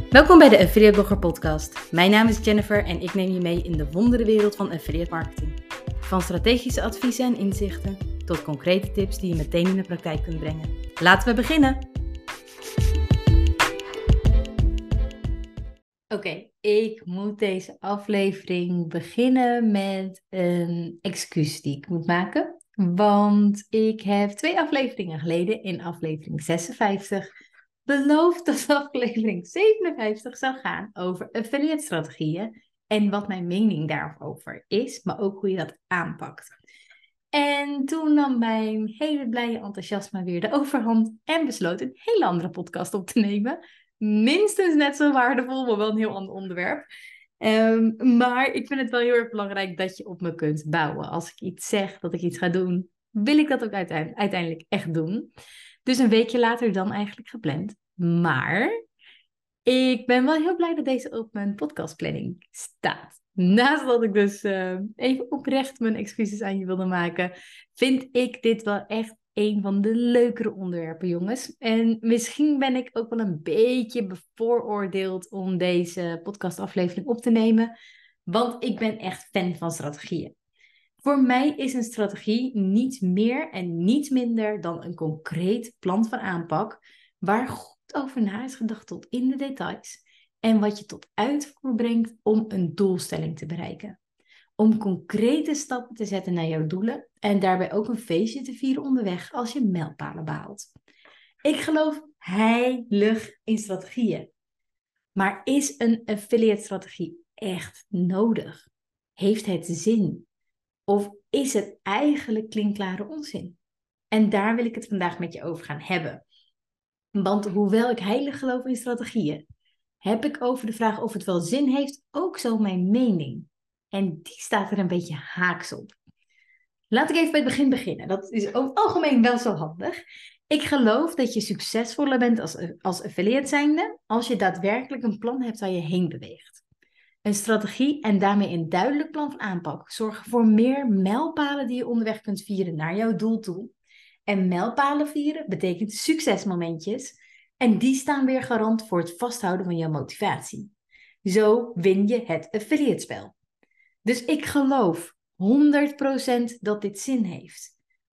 Welkom bij de Affiliate Blogger Podcast. Mijn naam is Jennifer en ik neem je mee in de wonderenwereld van affiliate marketing. Van strategische adviezen en inzichten tot concrete tips die je meteen in de praktijk kunt brengen. Laten we beginnen! Oké, ik moet deze aflevering beginnen met een excuus die ik moet maken. Want ik heb 2 afleveringen geleden, in aflevering 56, beloofd dat aflevering 57 zou gaan over affiliate strategieën en wat mijn mening daarover is, maar ook hoe je dat aanpakt. En toen nam mijn hele blije enthousiasme weer de overhand en besloot een hele andere podcast op te nemen. Minstens net zo waardevol, maar wel een heel ander onderwerp. Maar ik vind het wel heel erg belangrijk dat je op me kunt bouwen. Als ik iets zeg, dat ik iets ga doen, wil ik dat ook uiteindelijk echt doen. Dus een weekje later dan eigenlijk gepland. Maar ik ben wel heel blij dat deze op mijn podcastplanning staat. Naast dat ik dus even oprecht mijn excuses aan je wilde maken, vind ik dit wel echt een van de leukere onderwerpen, jongens. En misschien ben ik ook wel een beetje bevooroordeeld om deze podcastaflevering op te nemen, want ik ben echt fan van strategieën. Voor mij is een strategie niet meer en niet minder dan een concreet plan van aanpak, waar goed over na is gedacht tot in de details en wat je tot uitvoer brengt om een doelstelling te bereiken. Om concrete stappen te zetten naar jouw doelen en daarbij ook een feestje te vieren onderweg als je mijlpalen behaalt. Ik geloof heilig in strategieën. Maar is een affiliate strategie echt nodig? Heeft het zin? Of is het eigenlijk klinkklare onzin? En daar wil ik het vandaag met je over gaan hebben. Want hoewel ik heilig geloof in strategieën, heb ik over de vraag of het wel zin heeft ook zo mijn mening. En die staat er een beetje haaks op. Laat ik even bij het begin beginnen. Dat is over het algemeen wel zo handig. Ik geloof dat je succesvoller bent als affiliate zijnde als je daadwerkelijk een plan hebt waar je heen beweegt. Een strategie en daarmee een duidelijk plan van aanpak zorgen voor meer mijlpalen die je onderweg kunt vieren naar jouw doel toe. En mijlpalen vieren betekent succesmomentjes en die staan weer garant voor het vasthouden van jouw motivatie. Zo win je het affiliate spel. Dus ik geloof 100% dat dit zin heeft.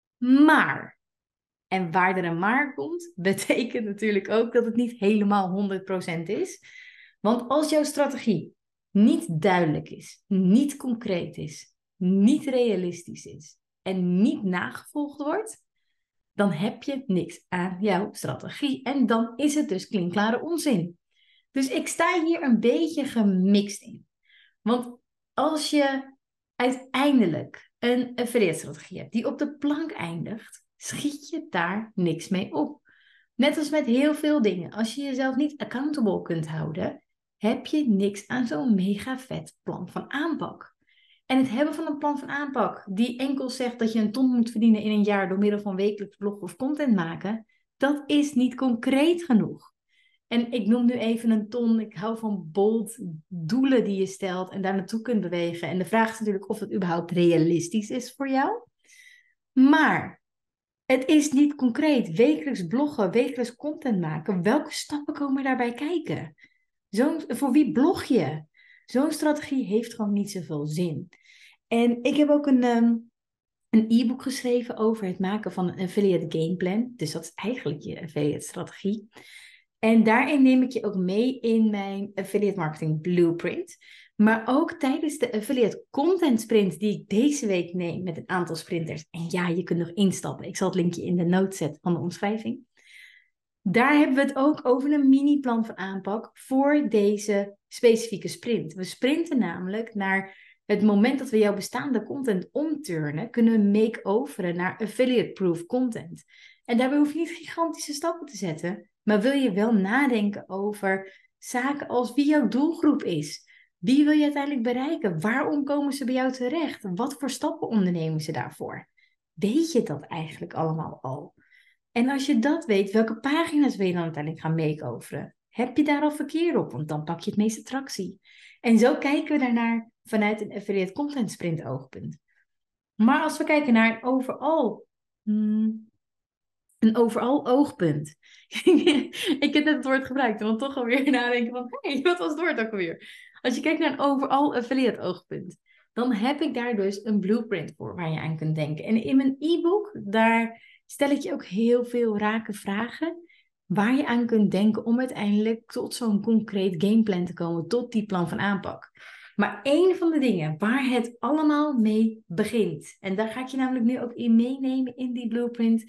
Maar, en waar er een maar komt, betekent natuurlijk ook dat het niet helemaal 100% is. Want als jouw strategie niet duidelijk is, niet concreet is, niet realistisch is en niet nagevolgd wordt, dan heb je niks aan jouw strategie. En dan is het dus klinkklare onzin. Dus ik sta hier een beetje gemixt in. Want als je uiteindelijk een affiliate strategie hebt die op de plank eindigt, schiet je daar niks mee op. Net als met heel veel dingen. Als je jezelf niet accountable kunt houden, heb je niks aan zo'n mega vet plan van aanpak. En het hebben van een plan van aanpak die enkel zegt dat je een ton moet verdienen in een jaar door middel van wekelijks bloggen of content maken, dat is niet concreet genoeg. En ik noem nu even een ton. Ik hou van bold doelen die je stelt en daar naartoe kunt bewegen. En de vraag is natuurlijk of het überhaupt realistisch is voor jou. Maar het is niet concreet. Wekelijks bloggen, wekelijks content maken. Welke stappen komen daarbij kijken? Voor wie blog je? Zo'n strategie heeft gewoon niet zoveel zin. En ik heb ook een e-book geschreven over het maken van een affiliate gameplan. Dus dat is eigenlijk je affiliate strategie. En daarin neem ik je ook mee in mijn affiliate marketing blueprint. Maar ook tijdens de affiliate content sprint die ik deze week neem met een aantal sprinters. En ja, je kunt nog instappen. Ik zal het linkje in de notes zetten van de omschrijving. Daar hebben we het ook over een mini-plan van aanpak voor deze specifieke sprint. We sprinten namelijk naar het moment dat we jouw bestaande content omturnen, kunnen we make-overen naar affiliate-proof content. En daarbij hoef je niet gigantische stappen te zetten, maar wil je wel nadenken over zaken als wie jouw doelgroep is. Wie wil je uiteindelijk bereiken? Waarom komen ze bij jou terecht? Wat voor stappen ondernemen ze daarvoor? Weet je dat eigenlijk allemaal al? En als je dat weet, welke pagina's wil je dan uiteindelijk gaan make-overen? Heb je daar al verkeer op? Want dan pak je het meeste tractie. En zo kijken we daarnaar vanuit een affiliate content sprint oogpunt. Maar als we kijken naar een overal Een overal oogpunt. Ik heb net het woord gebruikt en dan toch alweer nadenken van, hé, wat was het woord ook alweer? Als je kijkt naar een overal affiliate oogpunt, dan heb ik daar dus een blueprint voor waar je aan kunt denken. En in mijn e-book, daar stel ik je ook heel veel rake vragen waar je aan kunt denken om uiteindelijk tot zo'n concreet gameplan te komen, tot die plan van aanpak. Maar één van de dingen waar het allemaal mee begint, en daar ga ik je namelijk nu ook in meenemen in die blueprint,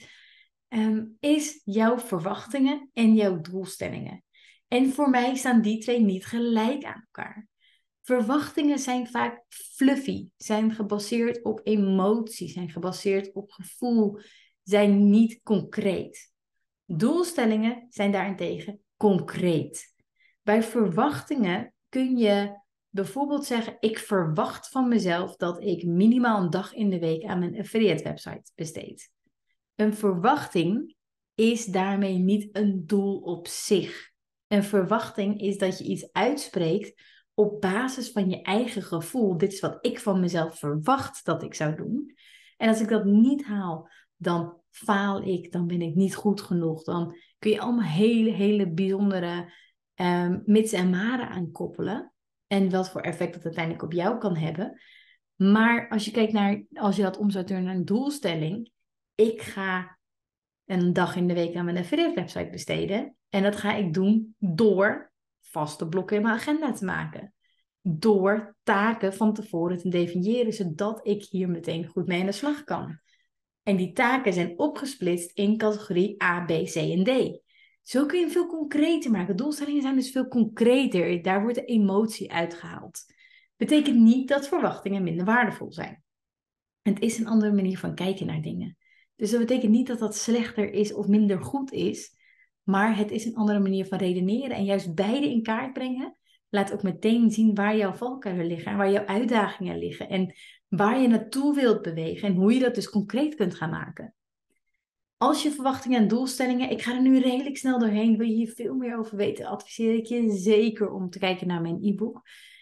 is jouw verwachtingen en jouw doelstellingen. En voor mij staan die twee niet gelijk aan elkaar. Verwachtingen zijn vaak fluffy, zijn gebaseerd op emotie, zijn gebaseerd op gevoel, zijn niet concreet. Doelstellingen zijn daarentegen concreet. Bij verwachtingen kun je bijvoorbeeld zeggen, ik verwacht van mezelf dat ik minimaal een dag in de week aan mijn affiliate website besteed. Een verwachting is daarmee niet een doel op zich. Een verwachting is dat je iets uitspreekt op basis van je eigen gevoel. Dit is wat ik van mezelf verwacht dat ik zou doen. En als ik dat niet haal, dan faal ik, dan ben ik niet goed genoeg. Dan kun je allemaal hele bijzondere mits en maren aankoppelen. En wat voor effect dat uiteindelijk op jou kan hebben. Maar als je kijkt naar, als je dat omzet naar een doelstelling. Ik ga een dag in de week aan mijn affiliate website besteden. En dat ga ik doen door vaste blokken in mijn agenda te maken. Door taken van tevoren te definiëren, zodat ik hier meteen goed mee aan de slag kan. En die taken zijn opgesplitst in categorie A, B, C en D. Zo kun je hem veel concreter maken. Doelstellingen zijn dus veel concreter. Daar wordt de emotie uitgehaald. Betekent niet dat verwachtingen minder waardevol zijn. Het is een andere manier van kijken naar dingen. Dus dat betekent niet dat dat slechter is of minder goed is. Maar het is een andere manier van redeneren. En juist beide in kaart brengen laat ook meteen zien waar jouw valkuilen liggen. En waar jouw uitdagingen liggen. En waar je naartoe wilt bewegen. En hoe je dat dus concreet kunt gaan maken. Als je verwachtingen en doelstellingen, ik ga er nu redelijk snel doorheen. Wil je hier veel meer over weten, adviseer ik je zeker om te kijken naar mijn e-book.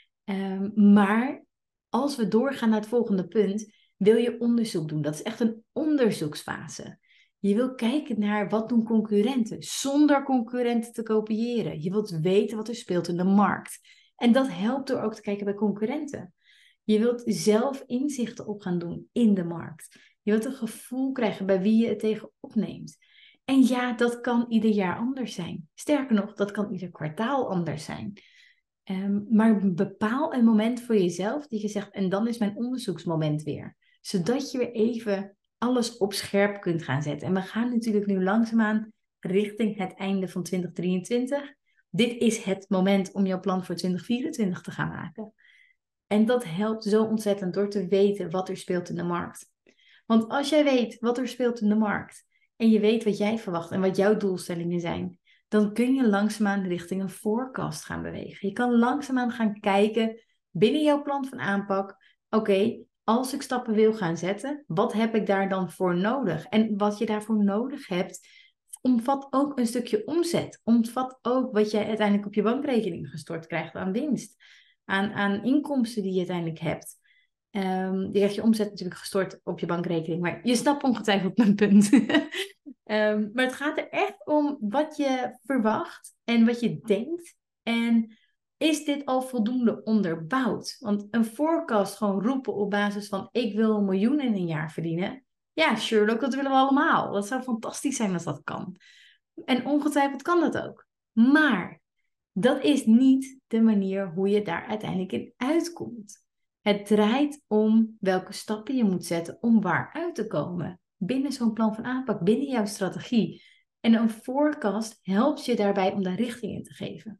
Maar als we doorgaan naar het volgende punt, wil je onderzoek doen. Dat is echt een onderzoeksfase. Je wil kijken naar wat doen concurrenten, zonder concurrenten te kopiëren. Je wilt weten wat er speelt in de markt. En dat helpt door ook te kijken bij concurrenten. Je wilt zelf inzichten op gaan doen in de markt. Je wilt een gevoel krijgen bij wie je het tegen opneemt. En ja, dat kan ieder jaar anders zijn. Sterker nog, dat kan ieder kwartaal anders zijn. Maar bepaal een moment voor jezelf die je zegt, en dan is mijn onderzoeksmoment weer. Zodat je weer even alles op scherp kunt gaan zetten. En we gaan natuurlijk nu langzaamaan richting het einde van 2023. Dit is het moment om jouw plan voor 2024 te gaan maken. En dat helpt zo ontzettend door te weten wat er speelt in de markt. Want als jij weet wat er speelt in de markt en je weet wat jij verwacht en wat jouw doelstellingen zijn, dan kun je langzaamaan richting een forecast gaan bewegen. Je kan langzaamaan gaan kijken binnen jouw plan van aanpak. Oké, als ik stappen wil gaan zetten, wat heb ik daar dan voor nodig? En wat je daarvoor nodig hebt, omvat ook een stukje omzet. Omvat ook wat jij uiteindelijk op je bankrekening gestort krijgt aan winst. Aan inkomsten die je uiteindelijk hebt. Die krijg je omzet natuurlijk gestort op je bankrekening. Maar je snapt ongetwijfeld mijn punt. Maar het gaat er echt om wat je verwacht en wat je denkt. En is dit al voldoende onderbouwd? Want een forecast gewoon roepen op basis van ik wil 1 miljoen in een jaar verdienen. Ja, Sherlock, dat willen we allemaal. Dat zou fantastisch zijn als dat kan. En ongetwijfeld kan dat ook. Maar dat is niet de manier hoe je daar uiteindelijk in uitkomt. Het draait om welke stappen je moet zetten om waaruit te komen. Binnen zo'n plan van aanpak, binnen jouw strategie. En een forecast helpt je daarbij om daar richting in te geven.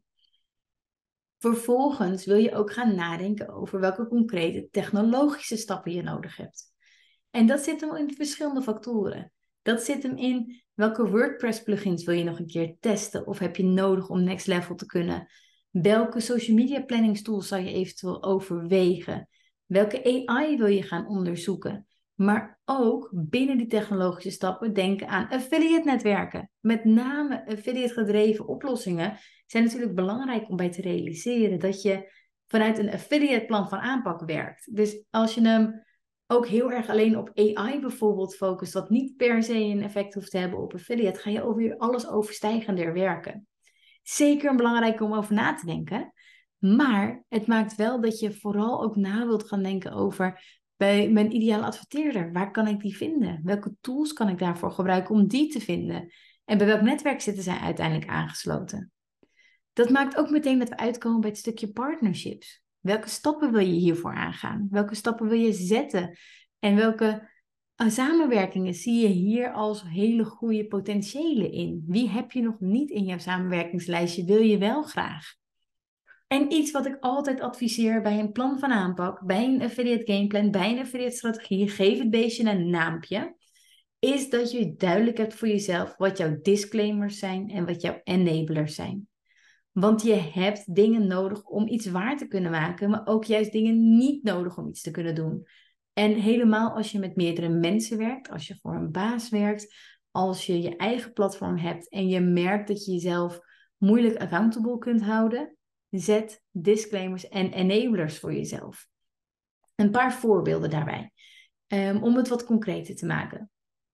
Vervolgens wil je ook gaan nadenken over welke concrete technologische stappen je nodig hebt. En dat zit hem in verschillende factoren. Dat zit hem in welke WordPress plugins wil je nog een keer testen of heb je nodig om next level te kunnen. Welke social media planning tools zou je eventueel overwegen? Welke AI wil je gaan onderzoeken? Maar ook binnen die technologische stappen denken aan affiliate netwerken. Met name affiliate gedreven oplossingen zijn natuurlijk belangrijk om bij te realiseren dat je vanuit een affiliate plan van aanpak werkt. Dus als je hem ook heel erg alleen op AI bijvoorbeeld focust, wat niet per se een effect hoeft te hebben op affiliate, ga je over alles overstijgender werken. Zeker belangrijk om over na te denken. Maar het maakt wel dat je vooral ook na wilt gaan denken over bij mijn ideale adverteerder. Waar kan ik die vinden? Welke tools kan ik daarvoor gebruiken om die te vinden? En bij welk netwerk zitten zij uiteindelijk aangesloten? Dat maakt ook meteen dat we uitkomen bij het stukje partnerships. Welke stappen wil je hiervoor aangaan? Welke stappen wil je zetten? En welke samenwerkingen zie je hier als hele goede potentiële in? Wie heb je nog niet in jouw samenwerkingslijstje? Wil je wel graag? En iets wat ik altijd adviseer bij een plan van aanpak, bij een affiliate gameplan, bij een affiliate strategie, geef het beestje een naampje, is dat je duidelijk hebt voor jezelf wat jouw disclaimers zijn en wat jouw enablers zijn. Want je hebt dingen nodig om iets waar te kunnen maken, maar ook juist dingen niet nodig om iets te kunnen doen. En helemaal als je met meerdere mensen werkt, als je voor een baas werkt, als je je eigen platform hebt en je merkt dat je jezelf moeilijk accountable kunt houden, zet disclaimers en enablers voor jezelf. Een paar voorbeelden daarbij, om het wat concreter te maken.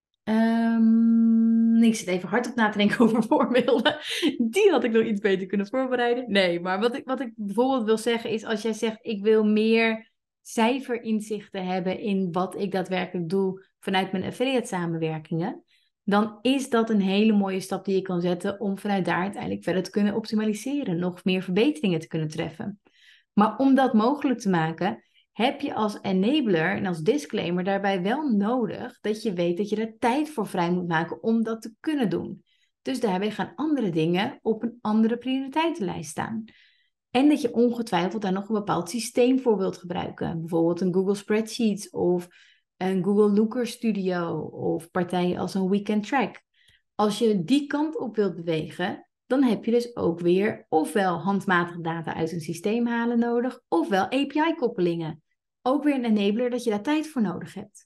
Ik zit even hard op na te denken over voorbeelden. Die had ik nog iets beter kunnen voorbereiden. Nee, maar wat ik bijvoorbeeld wil zeggen is, als jij zegt, ik wil meer cijferinzichten hebben in wat ik daadwerkelijk doe vanuit mijn affiliate samenwerkingen, dan is dat een hele mooie stap die je kan zetten om vanuit daar uiteindelijk verder te kunnen optimaliseren, nog meer verbeteringen te kunnen treffen. Maar om dat mogelijk te maken, heb je als enabler en als disclaimer daarbij wel nodig dat je weet dat je er tijd voor vrij moet maken om dat te kunnen doen. Dus daarbij gaan andere dingen op een andere prioriteitenlijst staan. En dat je ongetwijfeld daar nog een bepaald systeem voor wilt gebruiken. Bijvoorbeeld een Google Spreadsheets of een Google Looker Studio of partijen als een Weekend Track. Als je die kant op wilt bewegen, dan heb je dus ook weer ofwel handmatig data uit een systeem halen nodig, ofwel API-koppelingen. Ook weer een enabler dat je daar tijd voor nodig hebt.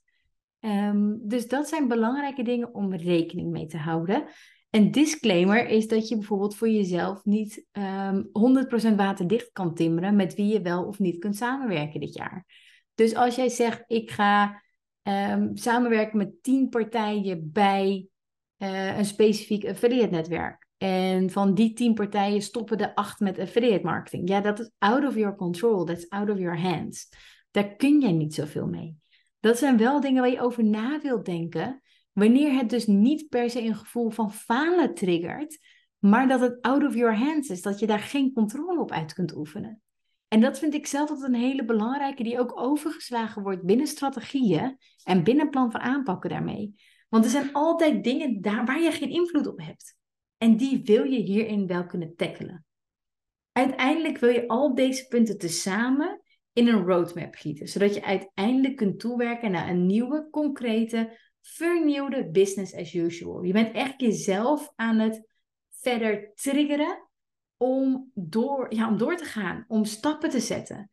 Dus dat zijn belangrijke dingen om rekening mee te houden. Een disclaimer is dat je bijvoorbeeld voor jezelf niet 100% waterdicht kan timmeren met wie je wel of niet kunt samenwerken dit jaar. Dus als jij zegt, ik ga samenwerken met 10 partijen bij een specifiek affiliate netwerk. En van die 10 partijen stoppen de 8 met affiliate marketing. Ja, dat is out of your control. That's out of your hands. Daar kun jij niet zoveel mee. Dat zijn wel dingen waar je over na wilt denken. Wanneer het dus niet per se een gevoel van falen triggert, maar dat het out of your hands is. Dat je daar geen controle op uit kunt oefenen. En dat vind ik zelf altijd een hele belangrijke, die ook overgeslagen wordt binnen strategieën en binnen plan van aanpakken daarmee. Want er zijn altijd dingen daar waar je geen invloed op hebt. En die wil je hierin wel kunnen tackelen. Uiteindelijk wil je al deze punten tezamen in een roadmap gieten, zodat je uiteindelijk kunt toewerken naar een nieuwe, concrete, vernieuwde business as usual. Je bent echt jezelf aan het verder triggeren om door te gaan, om stappen te zetten.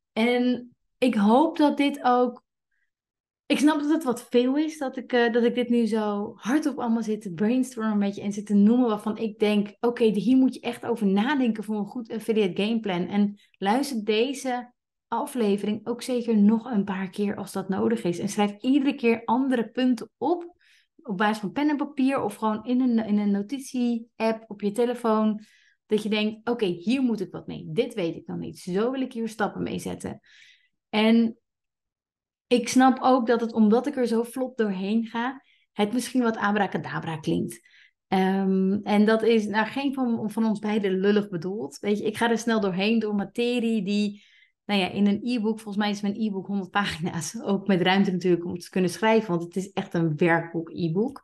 En ik hoop dat dit ook. Ik snap dat het wat veel is, dat ik dit nu zo hardop allemaal zit te brainstormen met je en zit te noemen waarvan ik denk, oké, hier moet je echt over nadenken voor een goed affiliate gameplan. En luister deze aflevering ook zeker nog een paar keer als dat nodig is. En schrijf iedere keer andere punten op basis van pen en papier of gewoon in een notitie-app op je telefoon. Dat je denkt, oké, hier moet ik wat mee. Dit weet ik nog niet. Zo wil ik hier stappen mee zetten. En ik snap ook dat het, omdat ik er zo vlot doorheen ga, het misschien wat abracadabra klinkt. En dat is nou geen van ons beiden lullig bedoeld. Weet je, ik ga er snel doorheen door materie die, nou ja, in een e-book, volgens mij is mijn e-book 100 pagina's. Ook met ruimte natuurlijk om het te kunnen schrijven, want het is echt een werkboek e-book.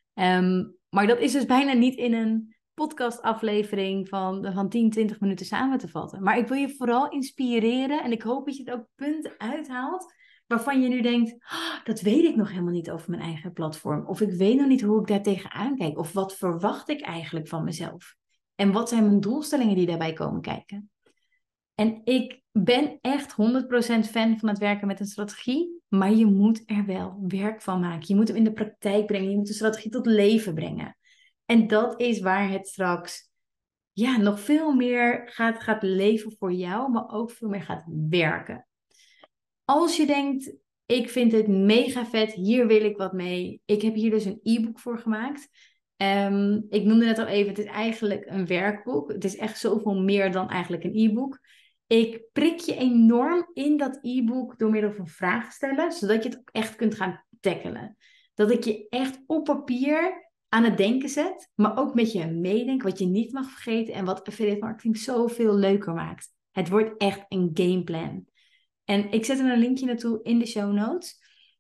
Maar dat is dus bijna niet in een podcastaflevering van 10, 20 minuten samen te vatten. Maar ik wil je vooral inspireren en ik hoop dat je er ook punten uithaalt waarvan je nu denkt, "Ah, dat weet ik nog helemaal niet over mijn eigen platform. Of ik weet nog niet hoe ik daar tegenaan kijk. Of wat verwacht ik eigenlijk van mezelf? En wat zijn mijn doelstellingen die daarbij komen kijken?" En ik ben echt 100% fan van het werken met een strategie. Maar je moet er wel werk van maken. Je moet hem in de praktijk brengen. Je moet de strategie tot leven brengen. En dat is waar het straks nog veel meer gaat leven voor jou. Maar ook veel meer gaat werken. Als je denkt, ik vind het mega vet, hier wil ik wat mee. Ik heb hier dus een e-book voor gemaakt. Ik noemde het al even, het is eigenlijk een werkboek. Het is echt zoveel meer dan eigenlijk een e-book. Ik prik je enorm in dat e-book door middel van vragen stellen, zodat je het ook echt kunt gaan tackelen. Dat ik je echt op papier aan het denken zet, maar ook met je meedenken, wat je niet mag vergeten en wat affiliate marketing zoveel leuker maakt. Het wordt echt een gameplan. En ik zet er een linkje naartoe in de show notes.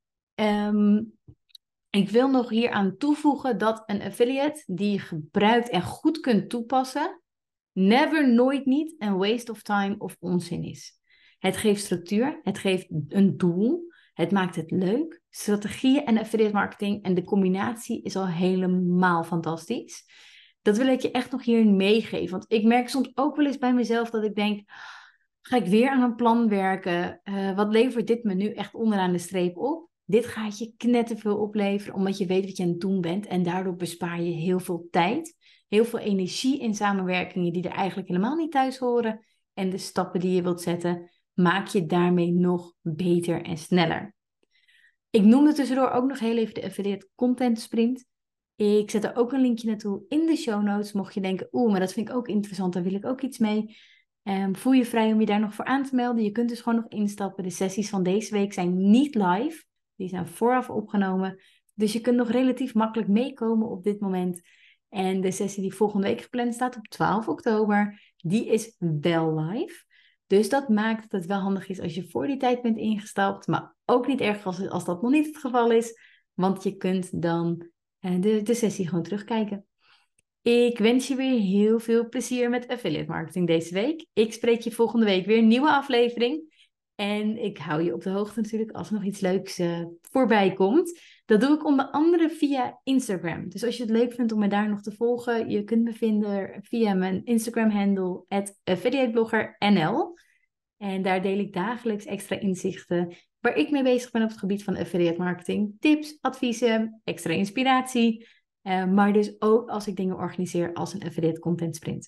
Ik wil nog hier aan toevoegen dat een affiliate die je gebruikt en goed kunt toepassen, never, nooit niet een waste of time of onzin is. Het geeft structuur, het geeft een doel, het maakt het leuk. Strategieën en affiliate marketing en de combinatie is al helemaal fantastisch. Dat wil ik je echt nog hierin meegeven. Want ik merk soms ook wel eens bij mezelf dat ik denk, ga ik weer aan een plan werken? Wat levert dit me nu echt onderaan de streep op? Dit gaat je knetterveel opleveren, omdat je weet wat je aan het doen bent. En daardoor bespaar je heel veel tijd, heel veel energie in samenwerkingen die er eigenlijk helemaal niet thuis horen. En de stappen die je wilt zetten, maak je daarmee nog beter en sneller. Ik noemde tussendoor ook nog heel even de Affiliate Content Sprint. Ik zet er ook een linkje naartoe in de show notes. Mocht je denken, maar dat vind ik ook interessant, daar wil ik ook iets mee. Voel je vrij om je daar nog voor aan te melden. Je kunt dus gewoon nog instappen. De sessies van deze week zijn niet live. Die zijn vooraf opgenomen. Dus je kunt nog relatief makkelijk meekomen op dit moment. En de sessie die volgende week gepland staat op 12 oktober, die is wel live. Dus dat maakt dat het wel handig is als je voor die tijd bent ingestapt. Maar ook niet erg als dat nog niet het geval is. Want je kunt dan de sessie gewoon terugkijken. Ik wens je weer heel veel plezier met affiliate marketing deze week. Ik spreek je volgende week weer een nieuwe aflevering. En ik hou je op de hoogte natuurlijk als er nog iets leuks voorbij komt. Dat doe ik onder andere via Instagram. Dus als je het leuk vindt om me daar nog te volgen, je kunt me vinden via mijn Instagram-handle @affiliateblogger.nl. En daar deel ik dagelijks extra inzichten waar ik mee bezig ben op het gebied van affiliate marketing. Tips, adviezen, extra inspiratie. Maar dus ook als ik dingen organiseer als een affiliate content sprint.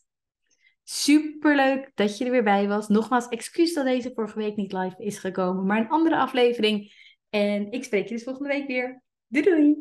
Superleuk dat je er weer bij was. Nogmaals, excuus dat deze vorige week niet live is gekomen, maar een andere aflevering. En ik spreek je dus volgende week weer. Doei doei!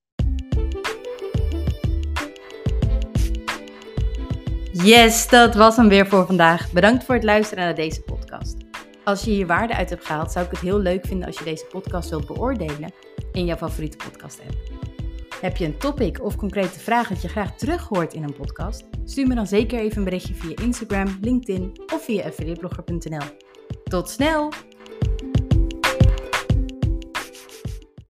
Yes, dat was hem weer voor vandaag. Bedankt voor het luisteren naar deze podcast. Als je hier waarde uit hebt gehaald, zou ik het heel leuk vinden als je deze podcast wilt beoordelen in jouw favoriete podcast app. Heb je een topic of concrete vraag dat je graag terug hoort in een podcast? Stuur me dan zeker even een berichtje via Instagram, LinkedIn of via affiliateblogger.nl. Tot snel!